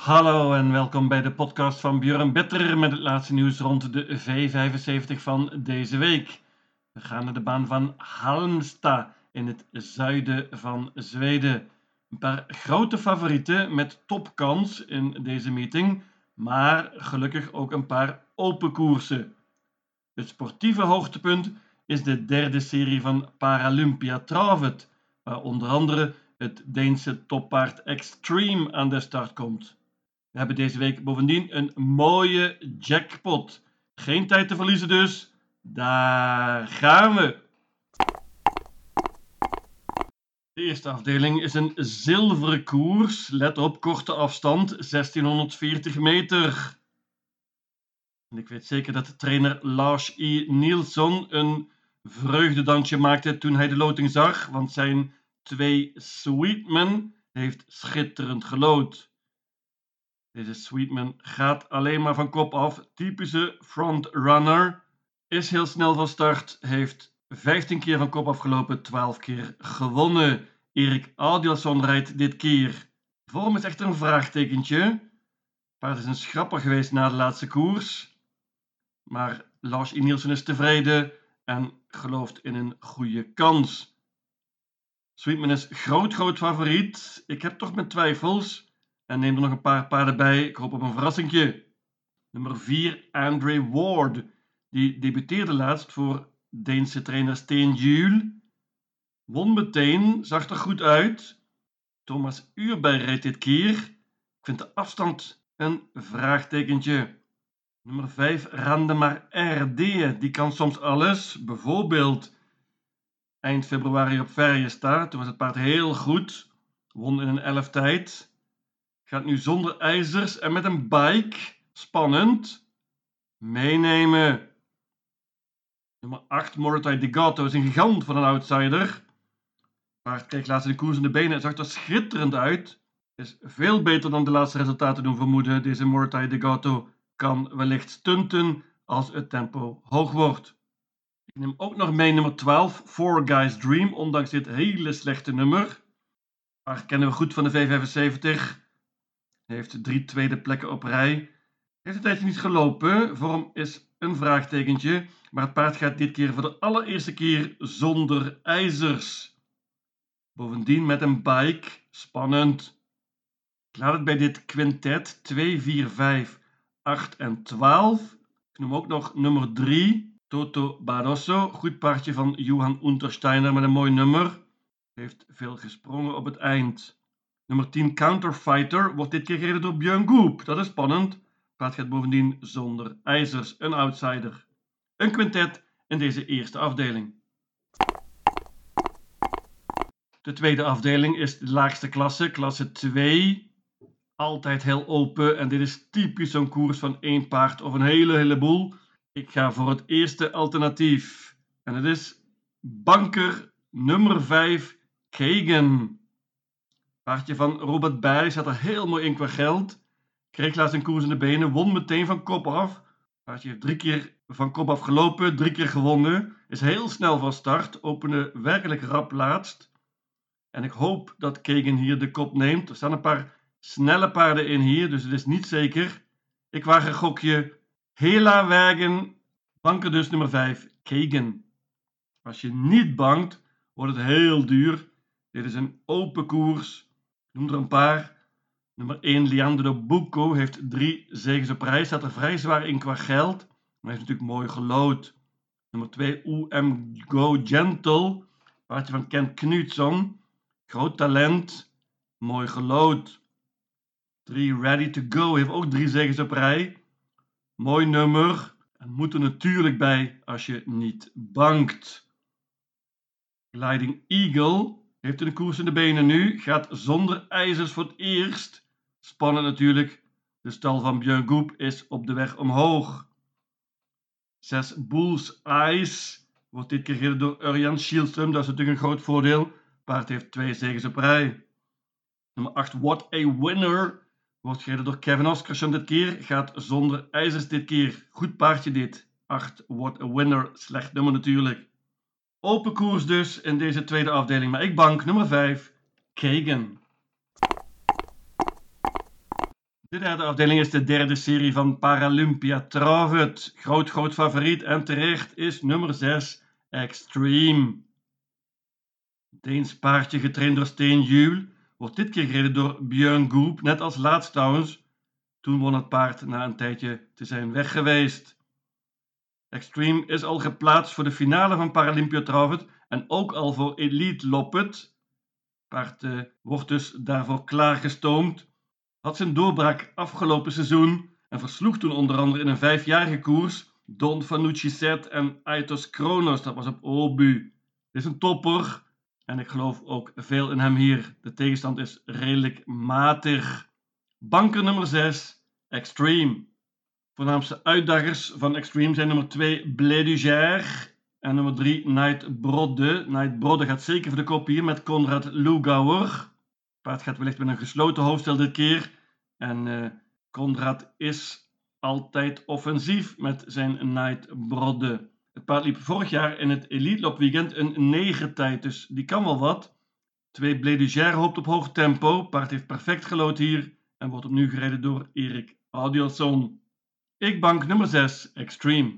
Hallo en welkom bij de podcast van Björn Bitter met het laatste nieuws rond de V75 van deze week. We gaan naar de baan van Halmstad in het zuiden van Zweden. Een paar grote favorieten met topkans in deze meeting, maar gelukkig ook een paar open koersen. Het sportieve hoogtepunt is de derde serie van Paralympia Travet, waar onder andere het Deense toppaard Extreme aan de start komt. We hebben deze week bovendien een mooie jackpot. Geen tijd te verliezen dus. Daar gaan we. De eerste afdeling is een zilveren koers. Let op, korte afstand, 1640 meter. En ik weet zeker dat trainer Lars E. Nielsen een vreugdedansje maakte toen hij de loting zag, want zijn 2 Sweetman heeft schitterend gelood. Deze Sweetman gaat alleen maar van kop af. Typische frontrunner. Is heel snel van start. Heeft 15 keer van kop afgelopen. 12 keer gewonnen. Erik Adielsson rijdt dit keer. Vorm is echter een vraagtekentje. Paard is een schrapper geweest na de laatste koers. Maar Lars E. Nielsen is tevreden en gelooft in een goede kans. Sweetman is groot favoriet. Ik heb toch mijn twijfels. En neem er nog een paar paarden bij. Ik hoop op een verrassingje. Nummer 4, Andre Ward. Die debuteerde laatst voor Deense trainer Steen Juul. Won meteen, zag er goed uit. Thomas Uurberg reed dit keer. Ik vind de afstand een vraagtekentje. Nummer 5, Randemar RD. Die kan soms alles. Bijvoorbeeld eind februari op Ferjestad. Toen was het paard heel goed. Won in een 11 tijd. Gaat nu zonder ijzers en met een bike. Spannend. Meenemen. Nummer 8, Morotai Degato is een gigant van een outsider. Paard kreeg laatst in de koers in de benen en zag er schitterend uit. Is veel beter dan de laatste resultaten doen vermoeden. Deze Morotai Degato kan wellicht stunten als het tempo hoog wordt. Ik neem ook nog mee nummer 12, Four Guys Dream, ondanks dit hele slechte nummer. Paard kennen we goed van de V75. Heeft 3 tweede plekken op rij. Heeft een tijdje niet gelopen. Vorm is een vraagtekentje. Maar het paard gaat dit keer voor de allereerste keer zonder ijzers. Bovendien met een bike. Spannend. Ik laat het bij dit quintet 2, 4, 5, 8 en 12. Ik noem ook nog nummer 3. Toto Barroso. Goed paardje van Johan Untersteiner met een mooi nummer. Heeft veel gesprongen op het eind. Nummer 10, Counterfighter, wordt dit keer gereden door Björn Goop. Dat is spannend. Paard gaat bovendien zonder ijzers, een outsider. Een quintet in deze eerste afdeling. De tweede afdeling is de laagste klasse, klasse 2. Altijd heel open en dit is typisch zo'n koers van 1 paard of een heleboel. Ik ga voor het eerste alternatief. En het is banker nummer 5, Kagan. Paardje van Robert Berg zat er heel mooi in qua geld. Kreeg laatst een koers in de benen, won meteen van kop af. Paardje heeft 3 keer van kop af gelopen, 3 keer gewonnen. Is heel snel van start, opende werkelijk rap laatst. En ik hoop dat Kagan hier de kop neemt. Er staan een paar snelle paarden in hier, dus het is niet zeker. Ik waag een gokje. Hela Wagen, banker dus nummer 5, Kagan. Als je niet bangt, wordt het heel duur. Dit is een open koers. Ik noem er een paar. Nummer 1, Leandro Bucco, heeft 3 zegens op rij. Staat er vrij zwaar in qua geld. Maar heeft natuurlijk mooi gelood. Nummer 2, UM Go Gentle. Paardje van Kent Knudsen. Groot talent. Mooi gelood. 3, Ready to Go, heeft ook 3 zegens op rij. Mooi nummer. En moet er natuurlijk bij als je niet bangt. Gliding Eagle heeft een koers in de benen nu. Gaat zonder ijzers voor het eerst. Spannend natuurlijk. De stal van Björn Goop is op de weg omhoog. 6 Bulls Eyes wordt dit keer gereden door Örjan Kihlström. Dat is natuurlijk een groot voordeel. Paard heeft 2 zegens op rij. Nummer 8 What a Winner wordt gereden door Kevin Oscarsson dit keer. Gaat zonder ijzers dit keer. Goed paardje dit. 8 What a Winner. Slecht nummer natuurlijk. Open koers dus in deze tweede afdeling. Maar ik bank nummer 5, Kagan. De derde afdeling is de derde serie van Paralympia Travet. Groot favoriet en terecht is nummer 6, Extreme. Deens paardje getraind door Steen Juul wordt dit keer gereden door Björn Goop, net als laatst trouwens. Toen won het paard na een tijdje te zijn weg geweest. Extreme is al geplaatst voor de finale van Paralympia Travet en ook al voor Elite Loppet. Paard wordt dus daarvoor klaargestoomd. Had zijn doorbraak afgelopen seizoen en versloeg toen onder andere in een 5-jarige koers Don Fanucci Set en Aitos Kronos. Dat was op Obu. Dit is een topper en ik geloof ook veel in hem hier. De tegenstand is redelijk matig. Banker nummer 6, Extreme. Voornaamste uitdagers van Extreme zijn nummer 2 Blé du Gers en nummer 3 Night Brodde. Night Brodde gaat zeker voor de kop hier met Konrad Lugauer. Het paard gaat wellicht met een gesloten hoofdstel dit keer. En Konrad is altijd offensief met zijn Night Brodde. Het paard liep vorig jaar in het Elite Loop Weekend een 9 tijd, dus die kan wel wat. 2 Blé du Gers hoopt op hoog tempo. Het paard heeft perfect gelood hier en wordt opnieuw gereden door Erik Adielson. Ik bank nummer 6, Extreme.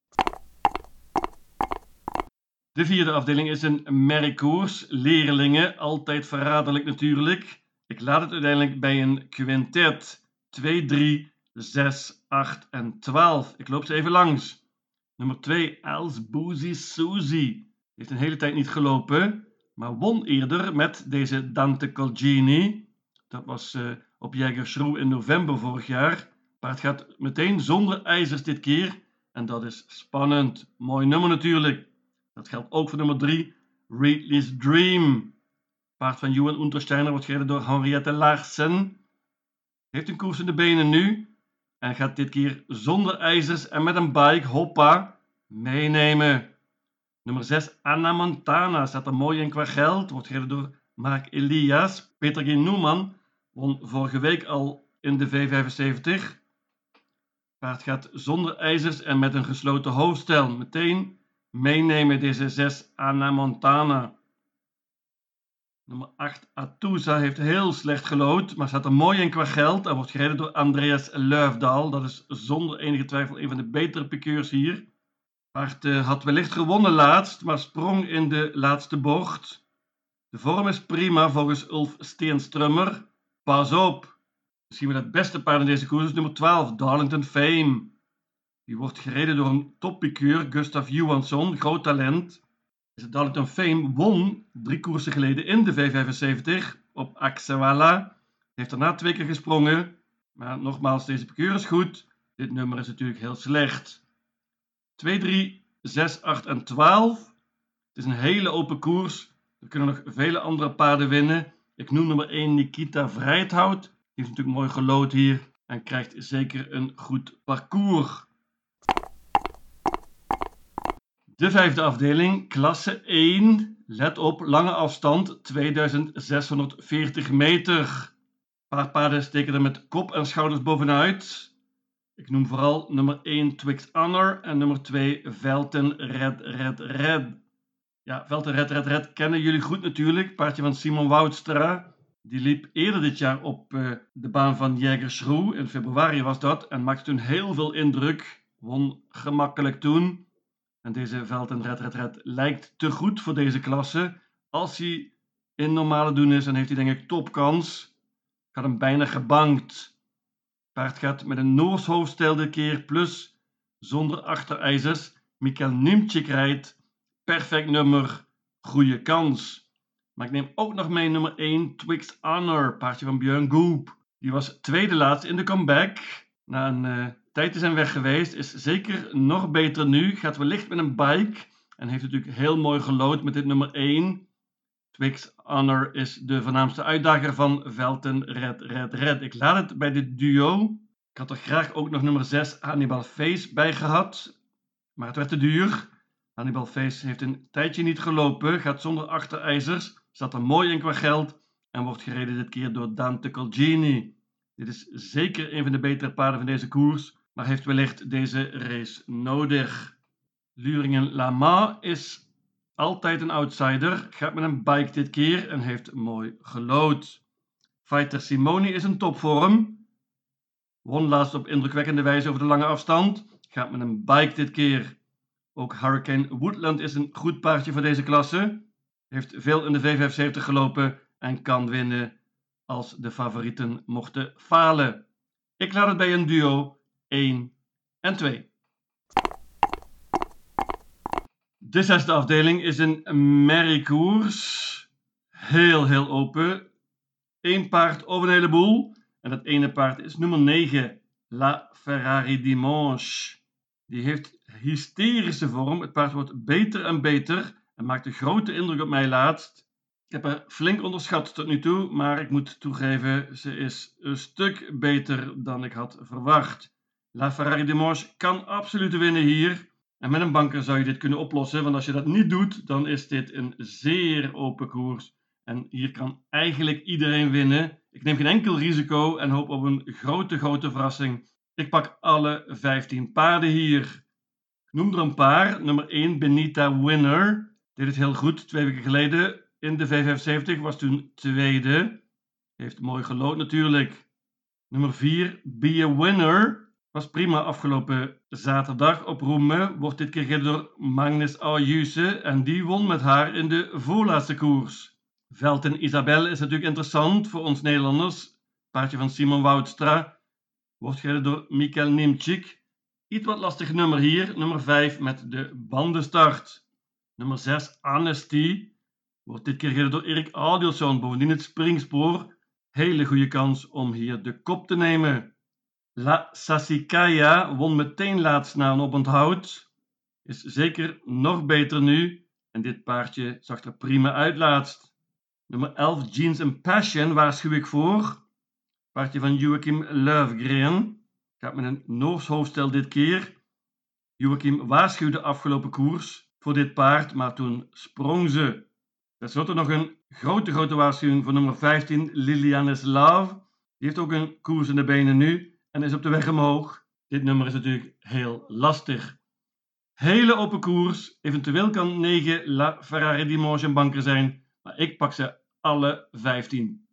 De vierde afdeling is een merkkoers. Leerlingen, altijd verraderlijk natuurlijk. Ik laat het uiteindelijk bij een quintet. 2, 3, 6, 8 en 12. Ik loop ze even langs. Nummer 2, Els Boozy Suzy. Heeft een hele tijd niet gelopen, maar won eerder met deze Dante Colgini. Dat was op Jägersro in november vorig jaar. Paard gaat meteen zonder ijzers dit keer. En dat is spannend. Mooi nummer natuurlijk. Dat geldt ook voor nummer 3, Ridley's Dream. Paard van Johan Untersteiner wordt gereden door Henriette Larsen. Heeft een koers in de benen nu. En gaat dit keer zonder ijzers en met een bike, hoppa, meenemen. Nummer 6, Anna Montana. Staat er mooi in qua geld. Wordt gereden door Mark Elias. Peter G. Noeman won vorige week al in de V75. Paard gaat zonder ijzers en met een gesloten hoofdstel. Meteen meenemen deze 6 Anna Montana. Nummer 8 Atusa heeft heel slecht gelood, maar staat er mooi in qua geld. Hij wordt gereden door Andreas Luifdaal. Dat is zonder enige twijfel een van de betere piqueurs hier. Paard had wellicht gewonnen laatst, maar sprong in de laatste bocht. De vorm is prima volgens Ulf Steenstrummer. Pas op! Misschien wel het beste paard in deze koers is nummer 12, Darlington Fame. Die wordt gereden door een toppiqueur, Gustav Johansson, groot talent. Deze Darlington Fame won 3 koersen geleden in de V75 op Axewala. Heeft daarna 2 keer gesprongen. Maar nogmaals, deze piqueur is goed. Dit nummer is natuurlijk heel slecht. 2, 3, 6, 8 en 12. Het is een hele open koers. Er kunnen nog vele andere paarden winnen. Ik noem nummer 1 Nikita Vrijthout. Die heeft natuurlijk mooi gelood hier en krijgt zeker een goed parcours. De vijfde afdeling, klasse 1. Let op, lange afstand, 2640 meter. Een paar paarden steken er met kop en schouders bovenuit. Ik noem vooral nummer 1 Twix Honor en nummer 2 Velten Red. Ja, Velten Red kennen jullie goed natuurlijk. Paardje van Simon Woudstra. Die liep eerder dit jaar op de baan van Jägersro. In februari was dat. En maakte toen heel veel indruk. Won gemakkelijk toen. En deze Velten Red lijkt te goed voor deze klasse. Als hij in normale doen is, dan heeft hij denk ik topkans. Ik had hem bijna gebankt. Paard gaat met een Noors hoofdstel dit keer. Plus zonder achterijzers. Mikael Nimczyk rijdt. Perfect nummer. Goede kans. Maar ik neem ook nog mee nummer 1 Twix Honor. Paardje van Björn Goop. Die was tweede laatst in de comeback. Na een tijd te zijn weg geweest. Is zeker nog beter nu. Gaat wellicht met een bike. En heeft natuurlijk heel mooi gelood met dit nummer 1. Twix Honor is de voornaamste uitdager van Velten Red. Ik laat het bij dit duo. Ik had er graag ook nog nummer 6 Hannibal Face bij gehad. Maar het werd te duur. Hannibal Face heeft een tijdje niet gelopen. Gaat zonder achterijzers. Staat er mooi in qua geld. En wordt gereden dit keer door Dante Colgini. Dit is zeker een van de betere paarden van deze koers. Maar heeft wellicht deze race nodig. Luringen Lama is altijd een outsider. Gaat met een bike dit keer en heeft mooi gelood. Fighter Simoni is in topvorm. Won laatst op indrukwekkende wijze over de lange afstand. Gaat met een bike dit keer. Ook Hurricane Woodland is een goed paardje voor deze klasse. Heeft veel in de V75 gelopen en kan winnen als de favorieten mochten falen. Ik laat het bij een duo 1 en 2. De zesde afdeling is een merriekoers. Heel open. Eén paard over een heleboel. En dat ene paard is nummer 9. La Ferrari Dimanche. Die heeft hysterische vorm. Het paard wordt beter en beter. En maakt een grote indruk op mij laatst. Ik heb haar flink onderschat tot nu toe. Maar ik moet toegeven, ze is een stuk beter dan ik had verwacht. La Ferrari Dimanche kan absoluut winnen hier. En met een banker zou je dit kunnen oplossen. Want als je dat niet doet, dan is dit een zeer open koers. En hier kan eigenlijk iedereen winnen. Ik neem geen enkel risico en hoop op een grote verrassing. Ik pak alle 15 paarden hier. Ik noem er een paar. Nummer 1, Benita Winner. Deed het heel goed 2 weken geleden in de V75. Was toen tweede. Heeft mooi gelood natuurlijk. Nummer 4, Be a Winner. Was prima afgelopen zaterdag op Roemen. Wordt dit keer gereden door Magnus Ayuse. En die won met haar in de voorlaatste koers. Velten Isabel is natuurlijk interessant voor ons Nederlanders. Paardje van Simon Woudstra. Wordt gereden door Michael Nimczyk. Iets wat lastig nummer hier. Nummer 5 met de bandenstart. Nummer 6 Honesty. Wordt dit keer gereden door Erik Adielsson. Bovendien het springspoor. Hele goede kans om hier de kop te nemen. La Sassicaia won meteen laatst na een oponthoud. Is zeker nog beter nu. En dit paardje zag er prima uit laatst. Nummer 11, Jeans and Passion, waarschuw ik voor. Paardje van Joachim Löfgren. Gaat met een Noors hoofdstel dit keer. Joachim waarschuwde afgelopen koers voor dit paard, maar toen sprong ze. Ten slotte nog een grote waarschuwing voor nummer 15, Liliane Slav. Die heeft ook een koers in de benen nu en is op de weg omhoog. Dit nummer is natuurlijk heel lastig. Hele open koers. Eventueel kan 9 La Ferrari Dimanche een banker zijn, maar ik pak ze alle 15.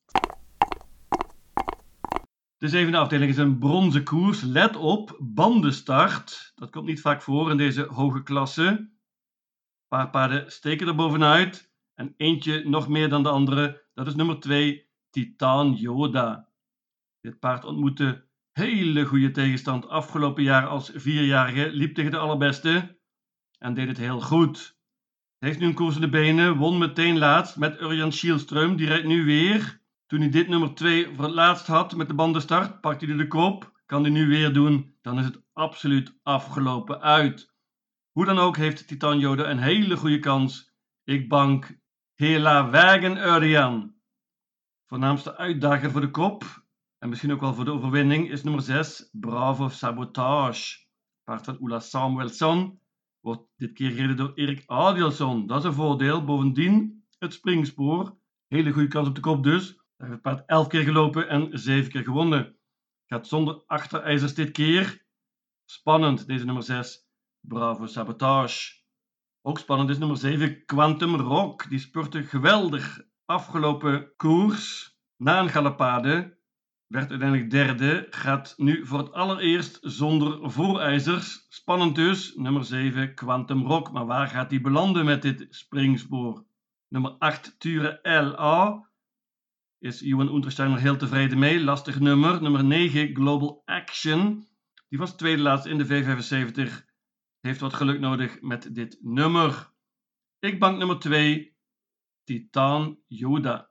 De zevende afdeling is een bronzen koers. Let op, bandenstart. Dat komt niet vaak voor in deze hoge klasse. Een paar paarden steken er bovenuit. En eentje nog meer dan de andere. Dat is nummer 2, Titan Yoda. Dit paard ontmoette hele goede tegenstand afgelopen jaar als 4-jarige. Liep tegen de allerbeste. En deed het heel goed. Heeft nu een koers in de benen. Won meteen laatst met Urjan Schielström. Die rijdt nu weer. Toen hij dit nummer 2 voor het laatst had met de bandenstart, pakt hij de kop. Kan hij nu weer doen, dan is het absoluut afgelopen uit. Hoe dan ook heeft Titan Yoda een hele goede kans. Ik bank Hela Wagen Örjan. Voornaamste uitdager voor de kop, en misschien ook wel voor de overwinning, is nummer 6, Bravo Sabotage. Paard van Ola Samuelsson. Wordt dit keer gereden door Erik Adielsson. Dat is een voordeel. Bovendien het springspoor. Hele goede kans op de kop dus. Daar heeft het paard 11 keer gelopen en 7 keer gewonnen. Gaat zonder achterijzers dit keer. Spannend, deze nummer 6. Bravo Sabotage. Ook spannend is nummer 7. Quantum Rock. Die spurte geweldig afgelopen koers. Na een galopade. Werd uiteindelijk derde. Gaat nu voor het allereerst zonder voorijzers. Spannend dus. Nummer 7. Quantum Rock. Maar waar gaat die belanden met dit springspoor? Nummer 8. Ture LA. Is Johan Untersteiner heel tevreden mee. Lastig nummer. Nummer 9, Global Action. Die was tweede laatst in de V75. Heeft wat geluk nodig met dit nummer. Ik bank nummer 2, Titan Yoda.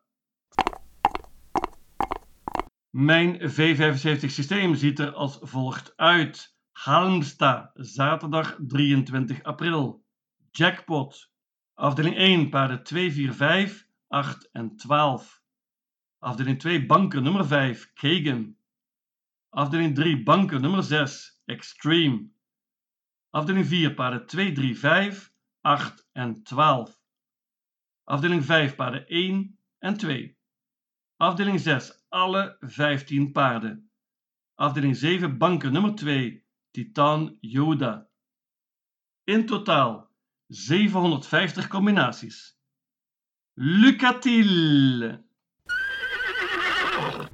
Mijn V75 systeem ziet er als volgt uit. Halmstad, zaterdag 23 april. Jackpot. Afdeling 1, paarden 2, 4, 5, 8 en 12. Afdeling 2, banker nummer 5, Kagan. Afdeling 3, banker nummer 6, Extreme. Afdeling 4, paarden 2, 3, 5, 8 en 12. Afdeling 5, paarden 1 en 2. Afdeling 6, alle 15 paarden. Afdeling 7, banker nummer 2, Titan Yoda. In totaal 750 combinaties. Lucatil!